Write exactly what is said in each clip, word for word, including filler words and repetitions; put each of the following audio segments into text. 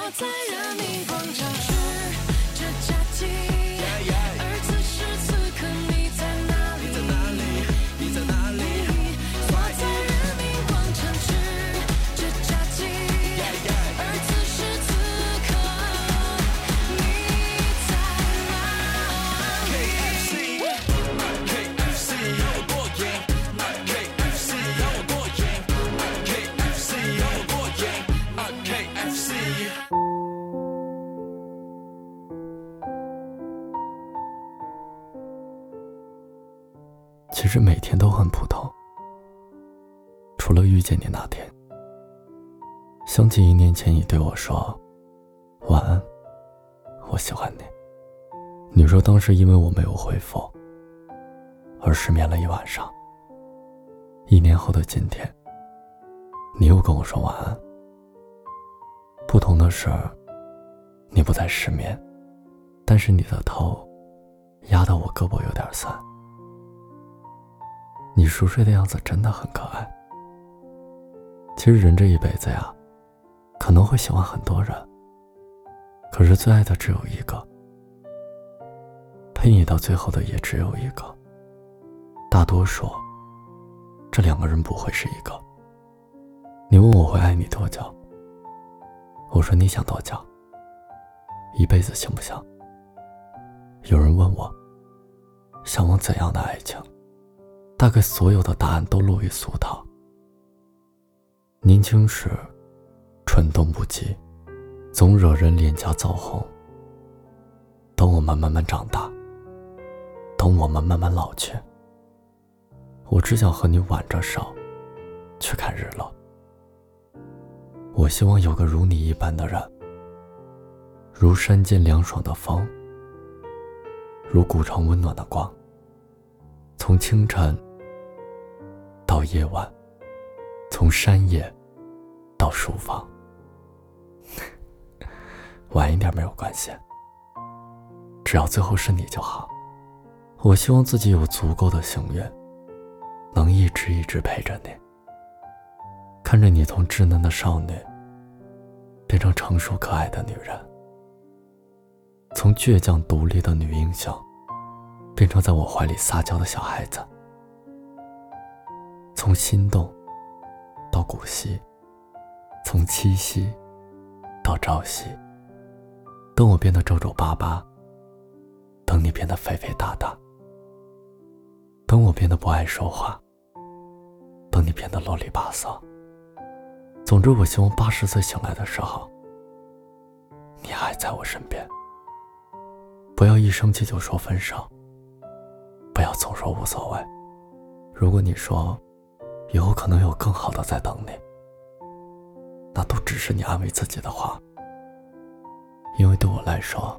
在人民广场是这假期，而此时此刻你在哪里？你在哪里？你在哪里？坐在人民广场是这假期，而此时此刻你在哪里 ？K F C K F C 让我过瘾 ，K F C 让我过瘾 ，K F C 让我过瘾 ，K F C。 其实每天都很普通，除了遇见你那天。想起一年前你对我说晚安，我喜欢你。你说当时因为我没有回复而失眠了一晚上。一年后的今天，你又跟我说晚安。不同的是，你不再失眠，但是你的头压得我胳膊有点酸。你熟睡的样子真的很可爱。其实人这一辈子呀，可能会喜欢很多人，可是最爱的只有一个，陪你到最后的也只有一个。大多数这两个人不会是一个。你问我会爱你多久，我说你想多久，一辈子行不行？有人问我向往怎样的爱情，大概所有的答案都落于俗套。年轻时蠢动不羁，总惹人脸颊燥红。等我们慢慢长大，等我们慢慢老去，我只想和你挽着手去看日落。我希望有个如你一般的人，如山间凉爽的风，如古城温暖的光，从清晨到夜晚，从山野到书房。晚一点没有关系，只要最后是你就好。我希望自己有足够的幸运，能一直一直陪着你，看着你从稚嫩的少女变成成熟可爱的女人，从倔强独立的女英雄变成在我怀里撒娇的小孩子，从心动到古稀，从七夕到朝夕。等我变得皱皱巴巴，等你变得肥肥大大，等我变得不爱说话，等你变得啰里吧嗦。总之，我希望八十岁醒来的时候，你还在我身边。不要一生气就说分手，不要总说无所谓。如果你说以后可能有更好的在等你，那都只是你安慰自己的话。因为对我来说，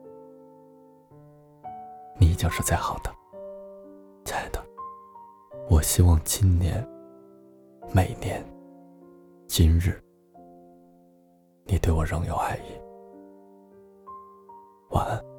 你已经是最好的。亲爱的，我希望今年每年今日你对我仍有爱意。晚安。